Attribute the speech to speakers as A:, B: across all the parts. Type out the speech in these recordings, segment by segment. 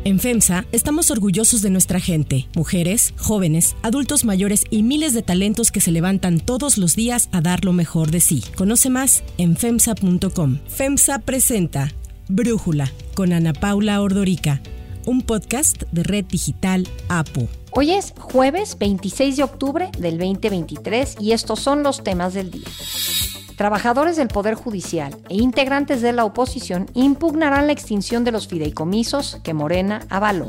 A: En FEMSA estamos orgullosos de nuestra gente, mujeres, jóvenes, adultos mayores y miles de talentos que se levantan todos los días a dar lo mejor de sí. Conoce más en FEMSA.com. FEMSA presenta Brújula con Ana Paula Ordorica, un podcast de Red Digital APO.
B: Hoy es jueves 26 de octubre del 2023 y estos son los temas del día. Trabajadores del Poder Judicial e integrantes de la oposición impugnarán la extinción de los fideicomisos que Morena avaló.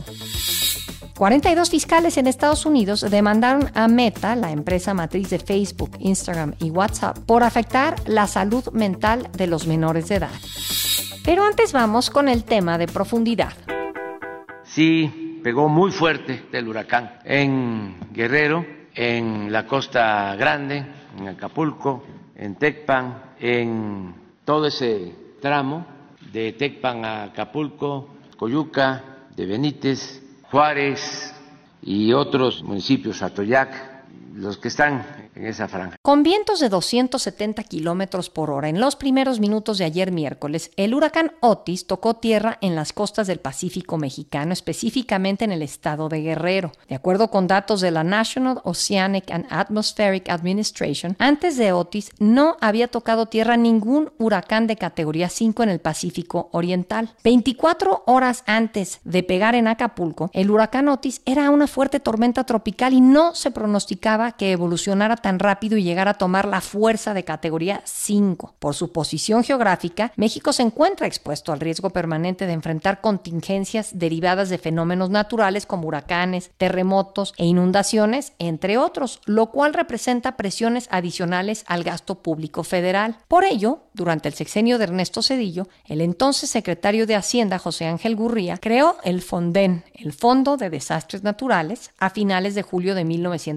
B: 42 fiscales en Estados Unidos demandaron a Meta, la empresa matriz de Facebook, Instagram y WhatsApp, por afectar la salud mental de los menores de edad. Pero antes vamos con el tema de profundidad.
C: Sí, pegó muy fuerte el huracán en Guerrero, en la Costa Grande, en Acapulco, en Tecpan, en todo ese tramo de Tecpan a Acapulco, Coyuca, de Benítez, Juárez y otros municipios, Atoyac, los que están en esa franja.
B: Con vientos de 270 kilómetros por hora en los primeros minutos de ayer miércoles, el huracán Otis tocó tierra en las costas del Pacífico mexicano, específicamente en el estado de Guerrero. De acuerdo con datos de la National Oceanic and Atmospheric Administration, antes de Otis no había tocado tierra ningún huracán de categoría 5 en el Pacífico Oriental. 24 horas antes de pegar en Acapulco, el huracán Otis era una fuerte tormenta tropical y no se pronosticaba que evolucionara tan rápido y llegar a tomar la fuerza de categoría 5. Por su posición geográfica, México se encuentra expuesto al riesgo permanente de enfrentar contingencias derivadas de fenómenos naturales como huracanes, terremotos e inundaciones, entre otros, lo cual representa presiones adicionales al gasto público federal. Por ello, durante el sexenio de Ernesto Zedillo, el entonces secretario de Hacienda, José Ángel Gurría, creó el FONDEN, el Fondo de Desastres Naturales, a finales de julio de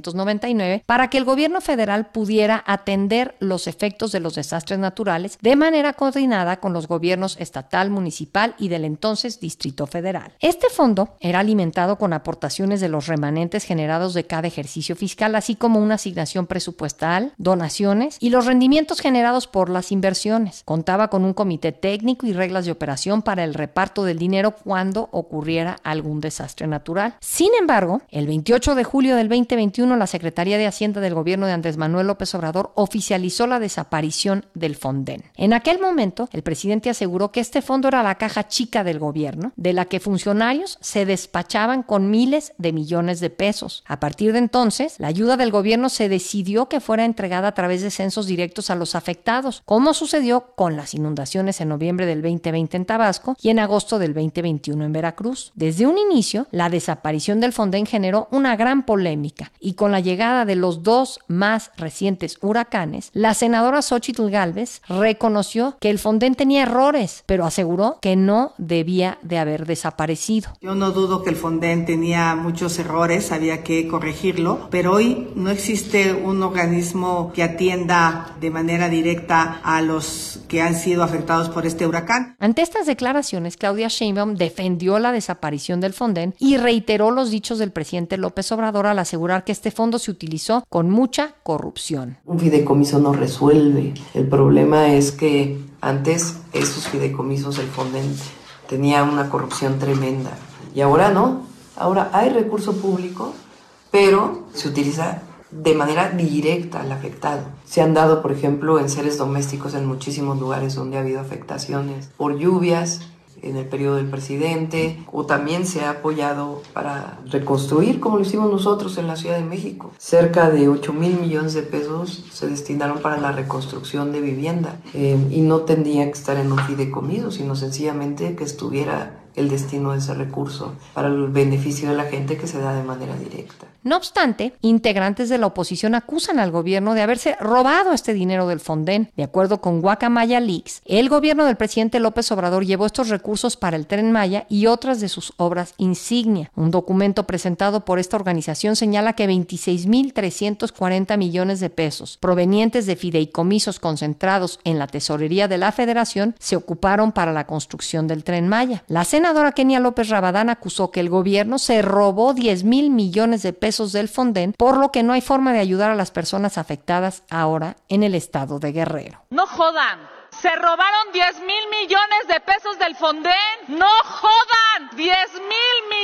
B: 1999, para que el gobierno federal pudiera atender los efectos de los desastres naturales de manera coordinada con los gobiernos estatal, municipal y del entonces Distrito Federal. Este fondo era alimentado con aportaciones de los remanentes generados de cada ejercicio fiscal, así como una asignación presupuestal, donaciones y los rendimientos generados por las inversiones. Contaba con un comité técnico y reglas de operación para el reparto del dinero cuando ocurriera algún desastre natural. Sin embargo, el 28 de julio del 2021, la Secretaría de Hacienda del gobierno de Andrés Manuel López Obrador oficializó la desaparición del FONDEN. En aquel momento, el presidente aseguró que este fondo era la caja chica del gobierno, de la que funcionarios se despachaban con miles de millones de pesos. A partir de entonces, la ayuda del gobierno se decidió que fuera entregada a través de censos directos a los afectados, como sucedió con las inundaciones en noviembre del 2020 en Tabasco y en agosto del 2021 en Veracruz. Desde un inicio, la desaparición del FONDEN generó una gran polémica y con la llegada de los dos más recientes huracanes, la senadora Xóchitl Gálvez reconoció que el FONDEN tenía errores, pero aseguró que no debía de haber desaparecido.
D: Yo no dudo que el FONDEN tenía muchos errores, había que corregirlo, pero hoy no existe un organismo que atienda de manera directa a los que han sido afectados por este huracán.
B: Ante estas declaraciones, Claudia Sheinbaum defendió la desaparición del FONDEN y reiteró los dichos del presidente López Obrador al asegurar que este fondo se utilizó con mucha corrupción.
E: Un fideicomiso no resuelve. El problema es que antes esos fideicomisos, el FONDEN, tenía una corrupción tremenda. Y ahora no. Ahora hay recurso público, pero se utiliza de manera directa al afectado. Se han dado, por ejemplo, enseres domésticos en muchísimos lugares donde ha habido afectaciones por lluvias, en el periodo del presidente, o también se ha apoyado para reconstruir, como lo hicimos nosotros en la Ciudad de México. Cerca de 8,000 millones de pesos se destinaron para la reconstrucción de vivienda, y no tendría que estar en un fideicomiso, sino sencillamente que estuviera el destino de ese recurso para el beneficio de la gente, que se da de manera directa.
B: No obstante, integrantes de la oposición acusan al gobierno de haberse robado este dinero del FONDEN. De acuerdo con Guacamaya Leaks, el gobierno del presidente López Obrador llevó estos recursos para el Tren Maya y otras de sus obras insignia. Un documento presentado por esta organización señala que 26,340 millones de pesos provenientes de fideicomisos concentrados en la tesorería de la Federación se ocuparon para la construcción del Tren Maya. La senadora Kenia López Rabadán acusó que el gobierno se robó 10,000 millones de pesos del FONDEN, por lo que no hay forma de ayudar a las personas afectadas ahora en el estado de Guerrero.
F: No jodan. Se robaron 10,000 millones de pesos del FONDEN. ¡No jodan! 10,000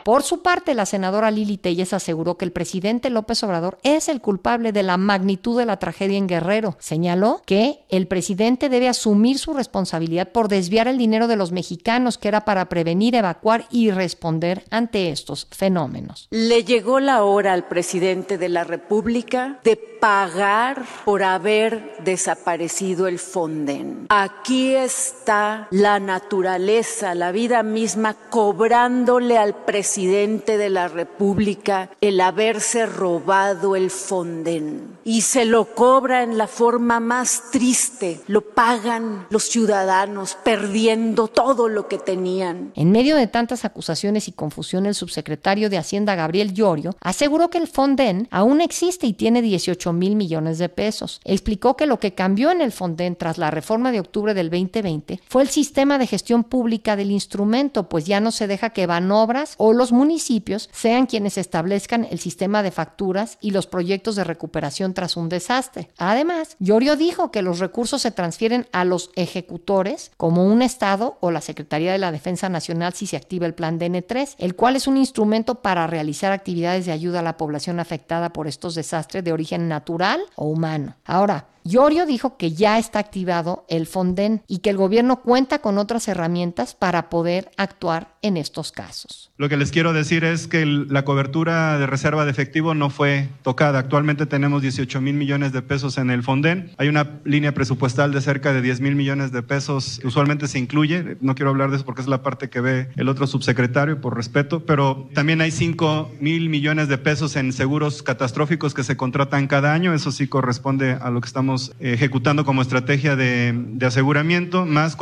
B: Por su parte, la senadora Lili Telles aseguró que el presidente López Obrador es el culpable de la magnitud de la tragedia en Guerrero. Señaló que el presidente debe asumir su responsabilidad por desviar el dinero de los mexicanos, que era para prevenir, evacuar y responder ante estos fenómenos.
F: Le llegó la hora al presidente de la República de pagar por haber desaparecido el Fonden. Aquí está la naturaleza, la vida misma, cobrándole al presidente de la República el haberse robado el Fonden. Y se lo cobra en la forma más triste. Lo pagan los ciudadanos, perdiendo todo lo que tenían.
B: En medio de tantas acusaciones y confusión, el subsecretario de Hacienda, Gabriel Llorio, aseguró que el Fonden aún existe y tiene 18,000 millones de pesos. Explicó que lo que cambió en el Fonden tras la reforma de octubre del 2020 fue el sistema de gestión pública del instrumento, pues ya no se deja que Banobras o los municipios sean quienes establezcan el sistema de facturas y los proyectos de recuperación tras un desastre. Además, Llorio dijo que los recursos se transfieren a los ejecutores, como un estado o la Secretaría de la Defensa Nacional si se activa el plan DN3, el cual es un instrumento para realizar actividades de ayuda a la población afectada por estos desastres de origen natural o humano. Ahora, Llorio dijo que ya está activado el Fonden y que el gobierno cuenta con otras herramientas para poder actuar en estos casos.
G: Lo que les quiero decir es que la cobertura de reserva de efectivo no fue tocada. Actualmente tenemos 18,000 millones de pesos en el Fonden. Hay una línea presupuestal de cerca de 10,000 millones de pesos que usualmente se incluye. No quiero hablar de eso porque es la parte que ve el otro subsecretario, por respeto, pero también hay 5,000 millones de pesos en seguros catastróficos que se contratan cada año. Eso sí corresponde a lo que estamos ejecutando como estrategia de aseguramiento, más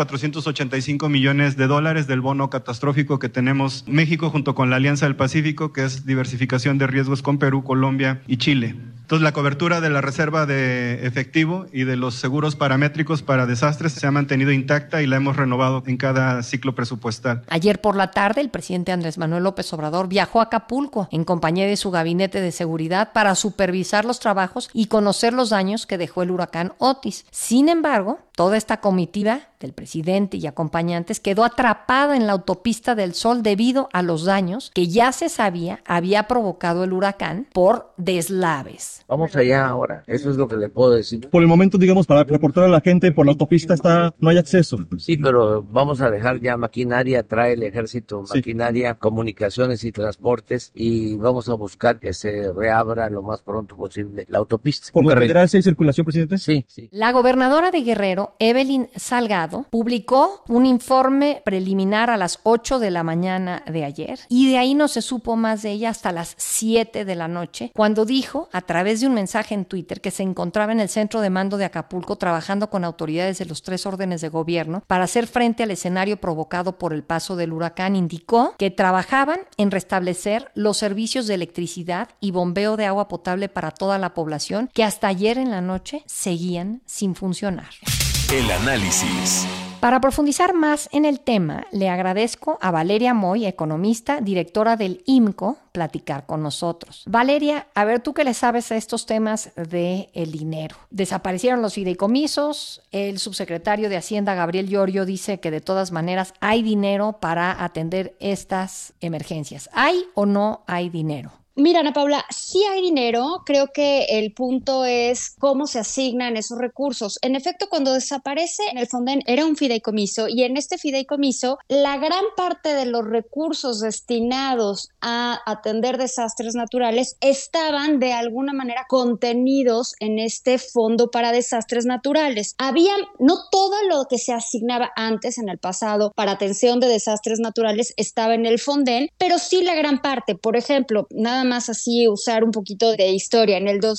G: 485 millones de dólares del bono catastrófico que tenemos México junto con la Alianza del Pacífico, que es diversificación de riesgos con Perú, Colombia y Chile. Entonces, la cobertura de la reserva de efectivo y de los seguros paramétricos para desastres se ha mantenido intacta y la hemos renovado en cada ciclo presupuestal.
B: Ayer por la tarde, el presidente Andrés Manuel López Obrador viajó a Acapulco en compañía de su gabinete de seguridad para supervisar los trabajos y conocer los daños que dejó el huracán Otis. Sin embargo, toda esta comitiva del presidente y acompañantes quedó atrapada en la autopista del Sol debido a los daños que ya se sabía había provocado el huracán por deslaves.
H: Vamos allá ahora, eso es lo que le puedo decir.
I: Por el momento, digamos, para reportar a la gente, por la autopista no hay acceso.
H: Sí, pero vamos a dejar ya maquinaria, trae el ejército maquinaria, comunicaciones y transportes, y vamos a buscar que se reabra lo más pronto posible la autopista.
I: ¿Por carretera hay circulación, presidente?
H: Sí.
B: La gobernadora de Guerrero, Evelyn Salgado, publicó un informe preliminar a las 8 de la mañana de ayer y de ahí no se supo más de ella hasta las 7 de la noche, cuando dijo a través de un mensaje en Twitter que se encontraba en el centro de mando de Acapulco trabajando con autoridades de los 3 órdenes de gobierno para hacer frente al escenario provocado por el paso del huracán. Indicó que trabajaban en restablecer los servicios de electricidad y bombeo de agua potable para toda la población que hasta ayer en la noche seguían sin funcionar.
J: El análisis.
B: Para profundizar más en el tema, le agradezco a Valeria Moy, economista, directora del IMCO, platicar con nosotros. Valeria, a ver, tú que le sabes a estos temas del dinero. Desaparecieron los fideicomisos, el subsecretario de Hacienda, Gabriel Llorio, dice que de todas maneras hay dinero para atender estas emergencias. ¿Hay o no hay dinero?
K: Mira, Ana Paula, sí hay dinero, creo que el punto es cómo se asignan esos recursos. En efecto, cuando desaparece el Fonden era un fideicomiso y en este fideicomiso la gran parte de los recursos destinados a atender desastres naturales estaban de alguna manera contenidos en este fondo para desastres naturales. Había no todo lo que se asignaba antes en el pasado para atención de desastres naturales estaba en el Fonden, pero sí la gran parte. Por ejemplo, nada más así usar un poquito de historia. En el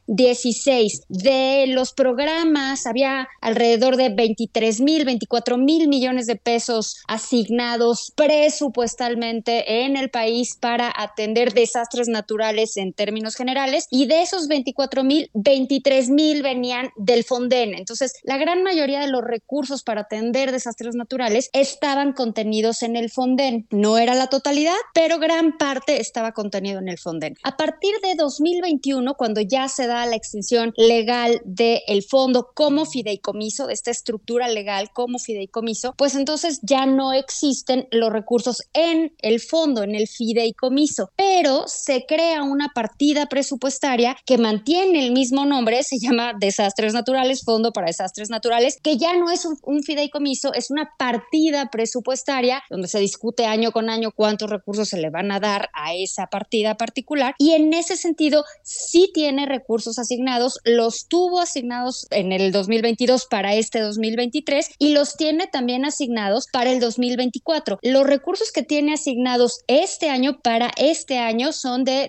K: 2016, de los programas había alrededor de 24,000 millones de pesos asignados presupuestalmente en el país para atender desastres naturales en términos generales, y de esos 24,000, 23,000 venían del Fonden. Entonces, la gran mayoría de los recursos para atender desastres naturales estaban contenidos en el Fonden. No era la totalidad, pero gran parte estaba contenido en el el Fonden. A partir de 2021, cuando ya se da la extinción legal del fondo como fideicomiso, de esta estructura legal como fideicomiso, pues entonces ya no existen los recursos en el fondo, en el fideicomiso, pero se crea una partida presupuestaria que mantiene el mismo nombre, se llama Desastres Naturales, Fondo para Desastres Naturales, que ya no es un fideicomiso, es una partida presupuestaria donde se discute año con año cuántos recursos se le van a dar a esa partida particular, y en ese sentido sí tiene recursos asignados, los tuvo asignados en el 2022 para este 2023 y los tiene también asignados para el 2024. Los recursos que tiene asignados este año para este año son de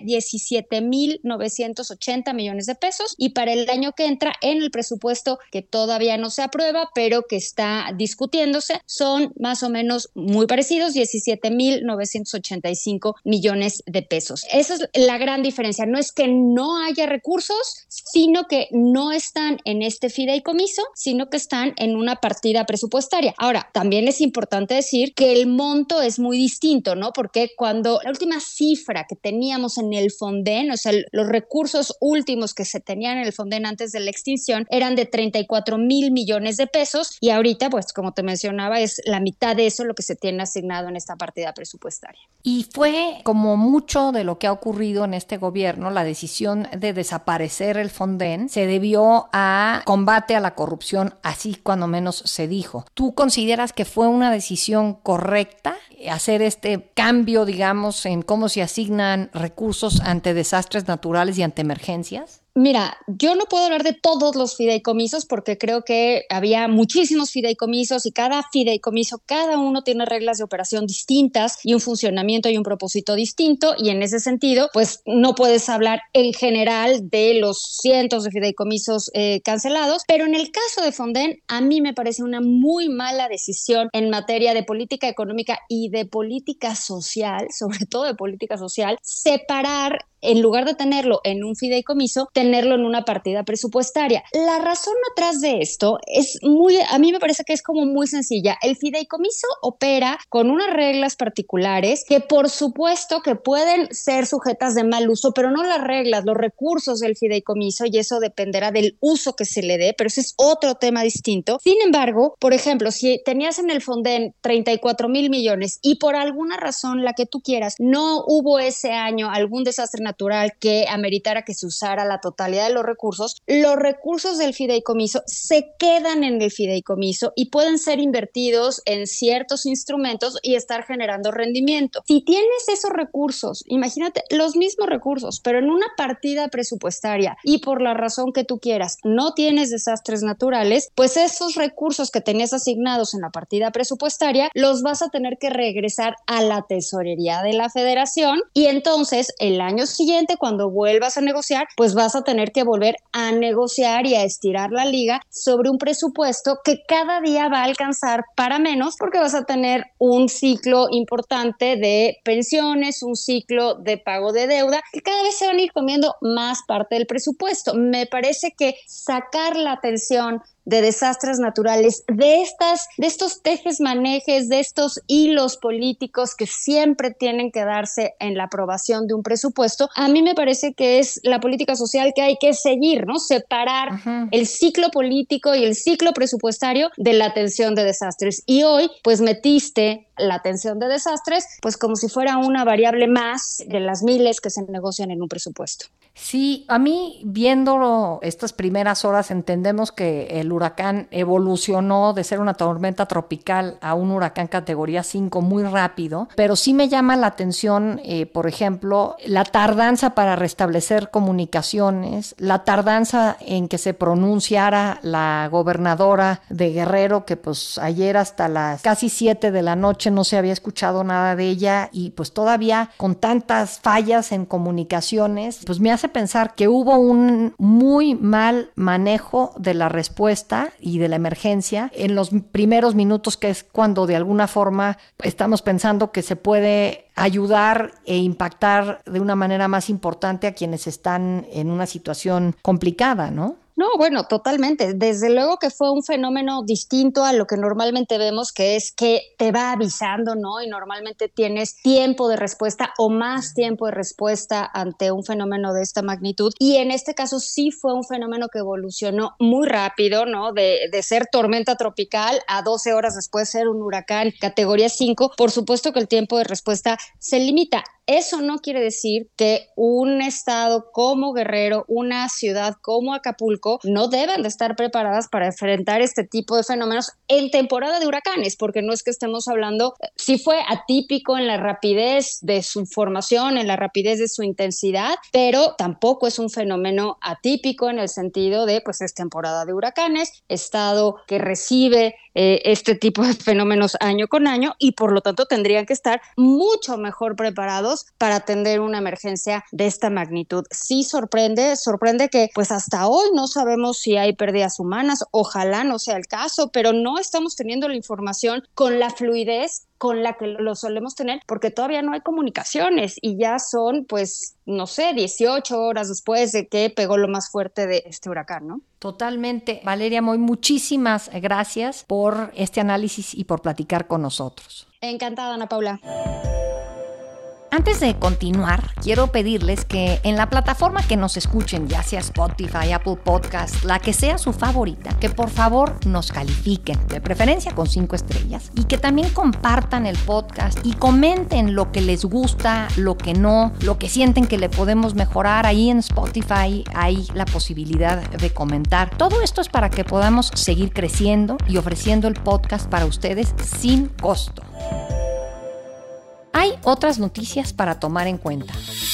K: 17,980 millones de pesos, y para el año que entra en el presupuesto, que todavía no se aprueba pero que está discutiéndose, son más o menos muy parecidos, 17,985 millones de pesos. Esa es la gran diferencia, no es que no haya recursos, sino que no están en este fideicomiso, sino que están en una partida presupuestaria. Ahora, también es importante decir que el monto es muy distinto, ¿no? Porque cuando la última cifra que teníamos en el Fonden, o sea, los recursos últimos que se tenían en el Fonden antes de la extinción eran de 34,000 millones de pesos, y ahorita, pues como te mencionaba, es la mitad de eso lo que se tiene asignado en esta partida presupuestaria.
B: Y fue como mucho de lo que ha ocurrido en este gobierno, la decisión de desaparecer el Fonden se debió a combate a la corrupción, así cuando menos se dijo. ¿Tú consideras que fue una decisión correcta hacer este cambio, digamos, en cómo se asignan recursos ante desastres naturales y ante emergencias?
K: Mira, yo no puedo hablar de todos los fideicomisos porque creo que había muchísimos fideicomisos y cada fideicomiso, cada uno tiene reglas de operación distintas y un funcionamiento y un propósito distinto, y en ese sentido, pues no puedes hablar en general de los cientos de fideicomisos cancelados, pero en el caso de Fonden, a mí me parece una muy mala decisión en materia de política económica y de política social, sobre todo de política social, separar, en lugar de tenerlo en un fideicomiso, tenerlo en una partida presupuestaria. La razón atrás de esto a mí me parece que es como muy sencilla. El fideicomiso opera con unas reglas particulares que por supuesto que pueden ser sujetas de mal uso, pero no las reglas, los recursos del fideicomiso, y eso dependerá del uso que se le dé, pero ese es otro tema distinto. Sin embargo, por ejemplo, si tenías en el Fonden 34,000 millones y por alguna razón, la que tú quieras, no hubo ese año algún desastre natural que ameritara que se usara la totalidad de los recursos del fideicomiso se quedan en el fideicomiso y pueden ser invertidos en ciertos instrumentos y estar generando rendimiento. Si tienes esos recursos, imagínate los mismos recursos, pero en una partida presupuestaria y por la razón que tú quieras no tienes desastres naturales, pues esos recursos que tenías asignados en la partida presupuestaria los vas a tener que regresar a la tesorería de la federación, y entonces el año siguiente, cuando vuelvas a negociar, pues vas a tener que volver a negociar y a estirar la liga sobre un presupuesto que cada día va a alcanzar para menos, porque vas a tener un ciclo importante de pensiones, un ciclo de pago de deuda, que cada vez se van a ir comiendo más parte del presupuesto. Me parece que sacar la atención de desastres naturales, de estos tejes-manejes, de estos hilos políticos que siempre tienen que darse en la aprobación de un presupuesto, a mí me parece que es la política social que hay que seguir, ¿no? Separar el ciclo político y el ciclo presupuestario de la atención de desastres. Y hoy, pues metiste la atención de desastres, pues como si fuera una variable más de las miles que se negocian en un presupuesto.
B: Sí, a mí viendo estas primeras horas entendemos que el huracán evolucionó de ser una tormenta tropical a un huracán categoría 5 muy rápido, pero sí me llama la atención, por ejemplo, la tardanza para restablecer comunicaciones, la tardanza en que se pronunciara la gobernadora de Guerrero, que pues ayer hasta las casi 7 de la noche no se había escuchado nada de ella, y pues todavía con tantas fallas en comunicaciones, pues me hace pensar que hubo un muy mal manejo de la respuesta y de la emergencia en los primeros minutos, que es cuando de alguna forma estamos pensando que se puede ayudar e impactar de una manera más importante a quienes están en una situación complicada, ¿no?
K: No, bueno, totalmente. Desde luego que fue un fenómeno distinto a lo que normalmente vemos, que es que te va avisando, ¿no? Y normalmente tienes tiempo de respuesta o más tiempo de respuesta ante un fenómeno de esta magnitud. Y en este caso sí fue un fenómeno que evolucionó muy rápido, ¿no? De ser tormenta tropical a 12 horas después ser un huracán categoría 5. Por supuesto que el tiempo de respuesta se limita. Eso no quiere decir que un estado como Guerrero, una ciudad como Acapulco, no deben de estar preparadas para enfrentar este tipo de fenómenos en temporada de huracanes, porque no es que estemos hablando, sí fue atípico en la rapidez de su formación, en la rapidez de su intensidad, pero tampoco es un fenómeno atípico en el sentido de, pues es temporada de huracanes, estado que recibe este tipo de fenómenos año con año y por lo tanto tendrían que estar mucho mejor preparados para atender una emergencia de esta magnitud. Sí sorprende que pues hasta hoy no sabemos si hay pérdidas humanas, ojalá no sea el caso, pero no estamos teniendo la información con la fluidez con la que lo solemos tener, porque todavía no hay comunicaciones y ya son, pues, no sé, 18 horas después de que pegó lo más fuerte de este huracán, ¿no?
B: Totalmente. Valeria Moy, muchísimas gracias por este análisis y por platicar con nosotros.
K: Encantada, Ana Paula.
B: Antes de continuar, quiero pedirles que en la plataforma que nos escuchen, ya sea Spotify, Apple Podcast, la que sea su favorita, que por favor nos califiquen, de preferencia con 5 estrellas, y que también compartan el podcast y comenten lo que les gusta, lo que no, lo que sienten que le podemos mejorar. Ahí en Spotify hay la posibilidad de comentar. Todo esto es para que podamos seguir creciendo y ofreciendo el podcast para ustedes sin costo. Hay otras noticias para tomar en cuenta.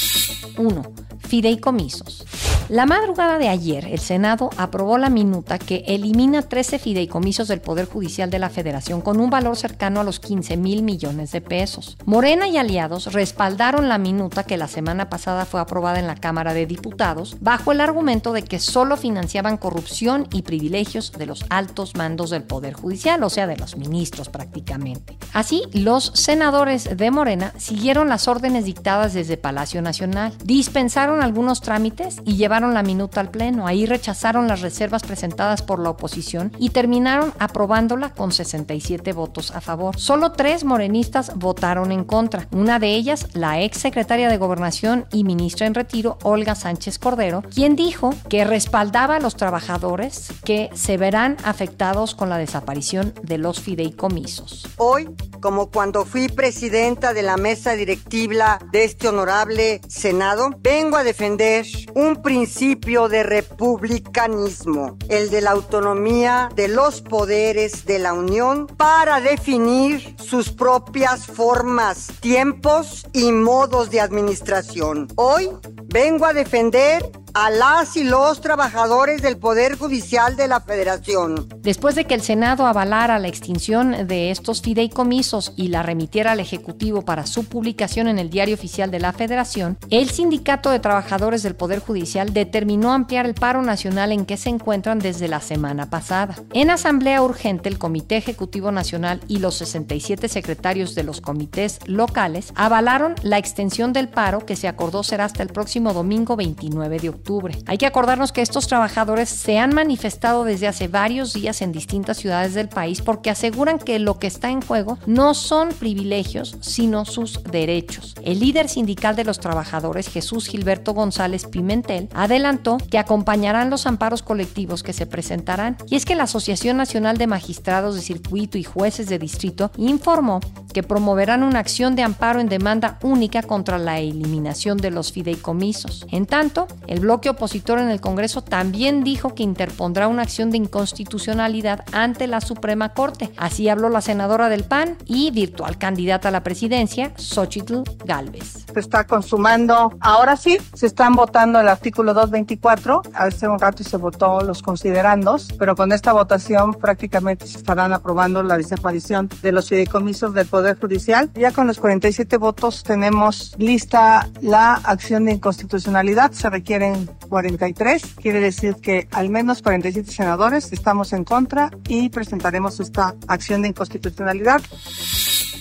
B: 1. Fideicomisos. La madrugada de ayer, el Senado aprobó la minuta que elimina 13 fideicomisos del Poder Judicial de la Federación con un valor cercano a los 15,000 millones de pesos. Morena y aliados respaldaron la minuta que la semana pasada fue aprobada en la Cámara de Diputados bajo el argumento de que solo financiaban corrupción y privilegios de los altos mandos del Poder Judicial, o sea, de los ministros prácticamente. Así, los senadores de Morena siguieron las órdenes dictadas desde Palacio Nacional, dispensaron algunos trámites y llevaron la minuta al Pleno. Ahí rechazaron las reservas presentadas por la oposición y terminaron aprobándola con 67 votos a favor. Solo 3 morenistas votaron en contra. Una de ellas, la ex secretaria de Gobernación y ministra en retiro, Olga Sánchez Cordero, quien dijo que respaldaba a los trabajadores que se verán afectados con la desaparición de los fideicomisos.
L: Hoy, como cuando fui presidenta de la mesa directiva de este honorable Senado, vengo a defender un principio de republicanismo, el de la autonomía de los poderes de la Unión para definir sus propias formas, tiempos y modos de administración. Hoy vengo a defender a las y los trabajadores del Poder Judicial de la Federación.
B: Después de que el Senado avalara la extinción de estos fideicomisos y la remitiera al Ejecutivo para su publicación en el Diario Oficial de la Federación, el Sindicato de Trabajadores del Poder Judicial determinó ampliar el paro nacional en que se encuentran desde la semana pasada. En asamblea urgente, el Comité Ejecutivo Nacional y los 67 secretarios de los comités locales avalaron la extensión del paro, que se acordó será hasta el próximo domingo 29 de octubre. Hay que acordarnos que estos trabajadores se han manifestado desde hace varios días en distintas ciudades del país porque aseguran que lo que está en juego no son privilegios, sino sus derechos. El líder sindical de los trabajadores, Jesús Gilberto González Pimentel, adelantó que acompañarán los amparos colectivos que se presentarán. Y es que la Asociación Nacional de Magistrados de Circuito y Jueces de Distrito informó que promoverán una acción de amparo en demanda única contra la eliminación de los fideicomisos. En tanto, el bloque opositor en el Congreso también dijo que interpondrá una acción de inconstitucionalidad ante la Suprema Corte. Así habló la senadora del PAN y virtual candidata a la presidencia, Xóchitl Gálvez.
M: Se está consumando, ahora sí, se están votando el artículo 224, hace un rato se votó los considerandos, pero con esta votación prácticamente se estarán aprobando la desaparición de los fideicomisos del Poder Judicial. Ya con los 47 votos tenemos lista la acción de inconstitucionalidad, se requieren 43, quiere decir que al menos 47 senadores estamos en contra y presentaremos esta acción de inconstitucionalidad.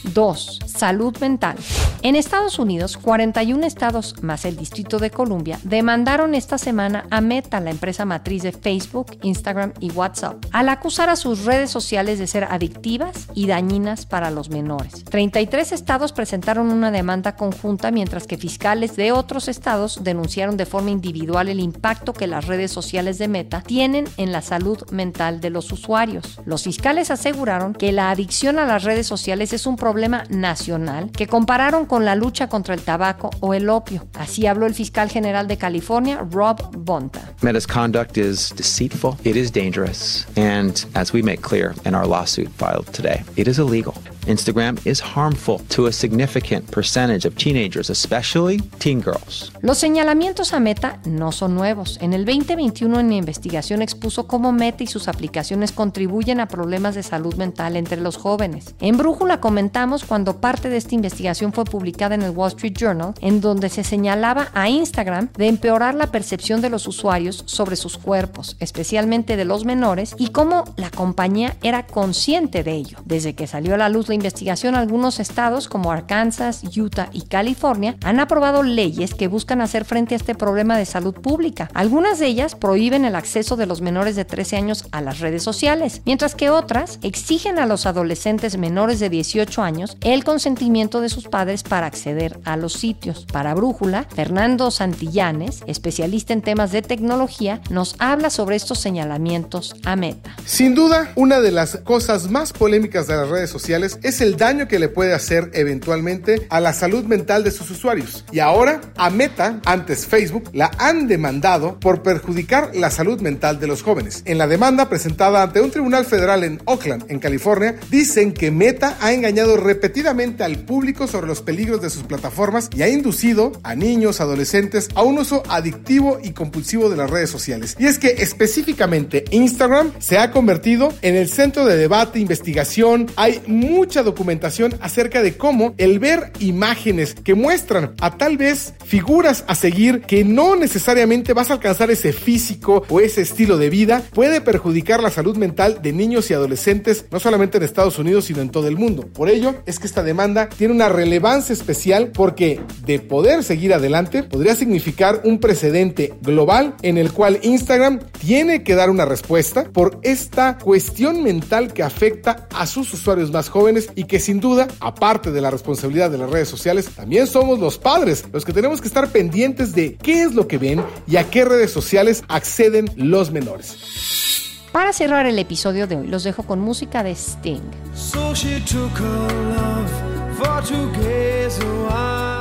B: 2. Salud mental. En Estados Unidos, 41 estados más el Distrito de Columbia demandaron esta semana a Meta, la empresa matriz de Facebook, Instagram y WhatsApp, al acusar a sus redes sociales de ser adictivas y dañinas para los menores. 33 estados presentaron una demanda conjunta, mientras que fiscales de otros estados denunciaron de forma individual el impacto que las redes sociales de Meta tienen en la salud mental de los usuarios. Los fiscales aseguraron que la adicción a las redes sociales es un problema nacional que compararon con la lucha contra el tabaco o el opio. Así habló el fiscal general de California, Rob Bonta.
N: Meta's conduct is deceitful, it is dangerous, and as we make clear in our lawsuit filed today, it is illegal. Instagram is harmful to a significant percentage of teenagers, especially teen girls.
B: Los señalamientos a Meta no son nuevos. En el 2021, una investigación expuso cómo Meta y sus aplicaciones contribuyen a problemas de salud mental entre los jóvenes. En Brújula comentamos cuando parte de esta investigación fue publicada en el Wall Street Journal, en donde se señalaba a Instagram de empeorar la percepción de los usuarios sobre sus cuerpos, especialmente de los menores, y cómo la compañía era consciente de ello. Desde que salió a la luz la investigación, algunos estados como Arkansas, Utah y California han aprobado leyes que buscan hacer frente a este problema de salud pública. Algunas de ellas prohíben el acceso de los menores de 13 años a las redes sociales, mientras que otras exigen a los adolescentes menores de 18 años el consentimiento de sus padres para acceder a los sitios. Para Brújula, Fernando Santillanes, especialista en temas de tecnología, nos habla sobre estos señalamientos a Meta.
O: Sin duda, una de las cosas más polémicas de las redes sociales es el daño que le puede hacer eventualmente a la salud mental de sus usuarios. Y ahora, a Meta, antes Facebook, la han demandado por perjudicar la salud mental de los jóvenes. En la demanda presentada ante un tribunal federal en Oakland, en California, dicen que Meta ha engañado repetidamente al público sobre los peligros de sus plataformas y ha inducido a niños, adolescentes a un uso adictivo y compulsivo de las redes sociales. Y es que específicamente Instagram se ha convertido en el centro de debate, investigación. Hay mucha documentación acerca de cómo el ver imágenes que muestran a tal vez figuras a seguir que no necesariamente vas a alcanzar ese físico o ese estilo de vida puede perjudicar la salud mental de niños y adolescentes, no solamente en Estados Unidos sino en todo el mundo. Por ello es que esta demanda tiene una relevancia especial, porque de poder seguir adelante podría significar un precedente global en el cual Instagram tiene que dar una respuesta por esta cuestión mental que afecta a sus usuarios más jóvenes, y que sin duda, aparte de la responsabilidad de las redes sociales, también somos los padres los que tenemos que estar pendientes de qué es lo que ven y a qué redes sociales acceden los menores.
B: Para cerrar el episodio de hoy, los dejo con música de Sting.
P: So she took her love for to gaze a while.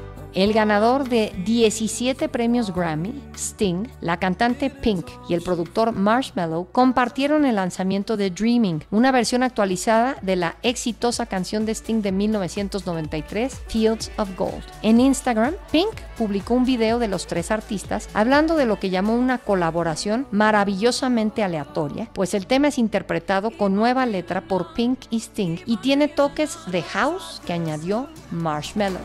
B: El ganador de 17 premios Grammy, Sting, la cantante Pink y el productor Marshmello compartieron el lanzamiento de Dreaming, una versión actualizada de la exitosa canción de Sting de 1993, Fields of Gold. En Instagram, Pink publicó un video de los tres artistas hablando de lo que llamó una colaboración maravillosamente aleatoria, pues el tema es interpretado con nueva letra por Pink y Sting y tiene toques de house que añadió Marshmello.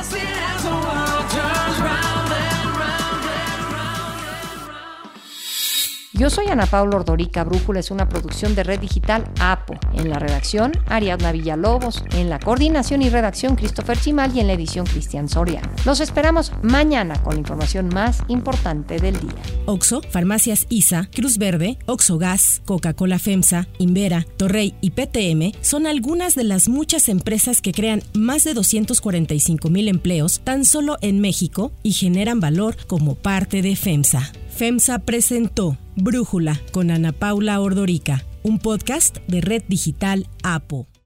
B: Yo soy Ana Paula Ordorica. Brújula es una producción de Red Digital APO. En la redacción, Ariadna Villalobos. En la coordinación y redacción, Christopher Chimal. Y en la edición, Cristian Soriano. Los esperamos mañana con la información más importante del día.
A: Oxxo, Farmacias ISA, Cruz Verde, Oxxo Gas, Coca-Cola FEMSA, Invera, Torrey y PTM son algunas de las muchas empresas que crean más de 245,000 empleos tan solo en México y generan valor como parte de FEMSA. FEMSA presentó Brújula con Ana Paula Ordorica, un podcast de Red Digital APO.